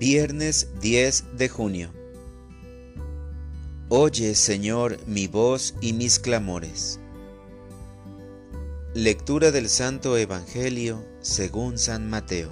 Viernes 10 de junio. Oye, Señor, mi voz y mis clamores. Lectura del Santo Evangelio según San Mateo.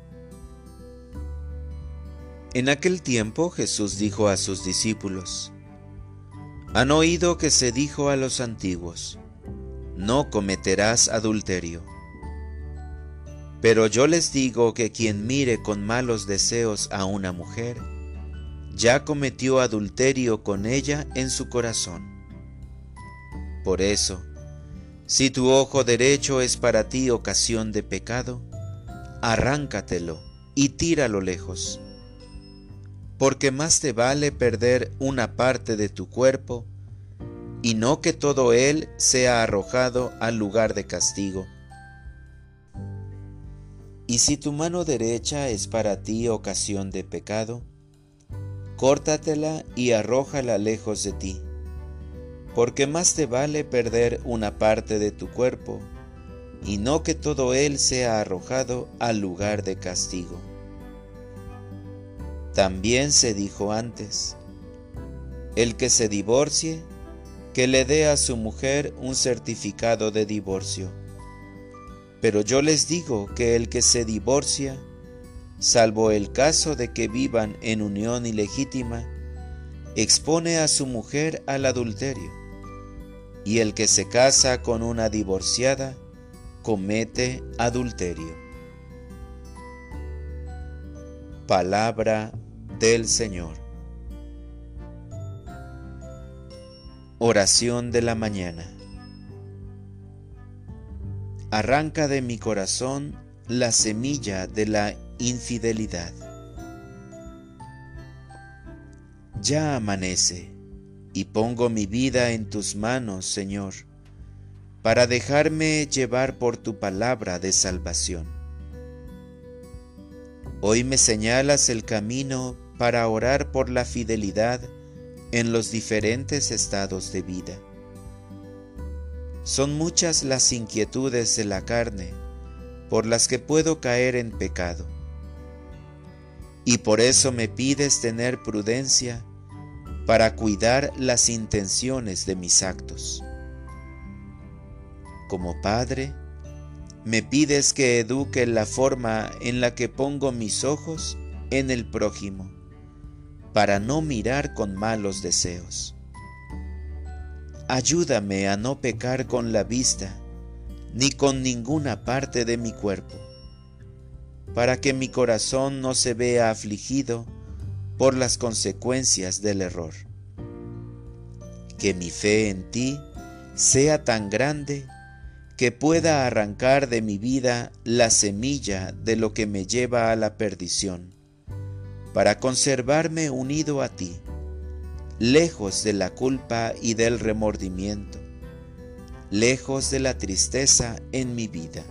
En aquel tiempo Jesús dijo a sus discípulos: Han oído que se dijo a los antiguos: No cometerás adulterio. Pero yo les digo que quien mire con malos deseos a una mujer, ya cometió adulterio con ella en su corazón. Por eso, si tu ojo derecho es para ti ocasión de pecado, arráncatelo y tíralo lejos. Porque más te vale perder una parte de tu cuerpo, y no que todo él sea arrojado al lugar de castigo. Y si tu mano derecha es para ti ocasión de pecado, córtatela y arrójala lejos de ti, porque más te vale perder una parte de tu cuerpo, y no que todo él sea arrojado al lugar de castigo. También se dijo antes: El que se divorcie, que le dé a su mujer un certificado de divorcio. Pero yo les digo que el que se divorcia, salvo el caso de que vivan en unión ilegítima, expone a su mujer al adulterio, y el que se casa con una divorciada, comete adulterio. Palabra del Señor. Oración de la mañana. Arranca de mi corazón la semilla de la infidelidad. Ya amanece, y pongo mi vida en tus manos, Señor, para dejarme llevar por tu palabra de salvación. Hoy me señalas el camino para orar por la fidelidad en los diferentes estados de vida. Son muchas las inquietudes de la carne por las que puedo caer en pecado, y por eso me pides tener prudencia para cuidar las intenciones de mis actos. Como Padre, me pides que eduque la forma en la que pongo mis ojos en el prójimo, para no mirar con malos deseos. Ayúdame a no pecar con la vista, ni con ninguna parte de mi cuerpo, para que mi corazón no se vea afligido por las consecuencias del error. Que mi fe en ti sea tan grande que pueda arrancar de mi vida la semilla de lo que me lleva a la perdición, para conservarme unido a ti, lejos de la culpa y del remordimiento, lejos de la tristeza en mi vida.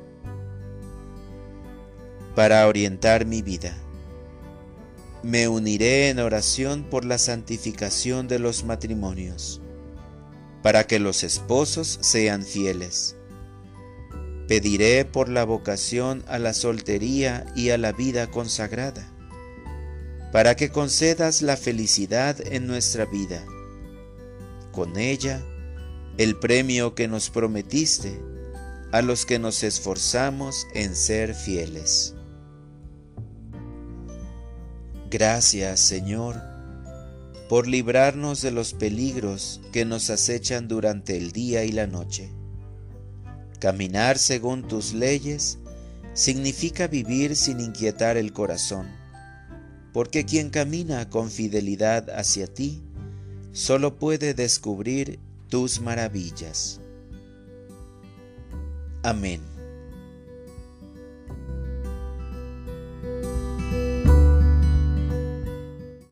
Para orientar mi vida, me uniré en oración por la santificación de los matrimonios, para que los esposos sean fieles. Pediré por la vocación a la soltería y a la vida consagrada, para que concedas la felicidad en nuestra vida. Con ella, el premio que nos prometiste a los que nos esforzamos en ser fieles. Gracias, Señor, por librarnos de los peligros que nos acechan durante el día y la noche. Caminar según tus leyes significa vivir sin inquietar el corazón, porque quien camina con fidelidad hacia ti solo puede descubrir tus maravillas. Amén.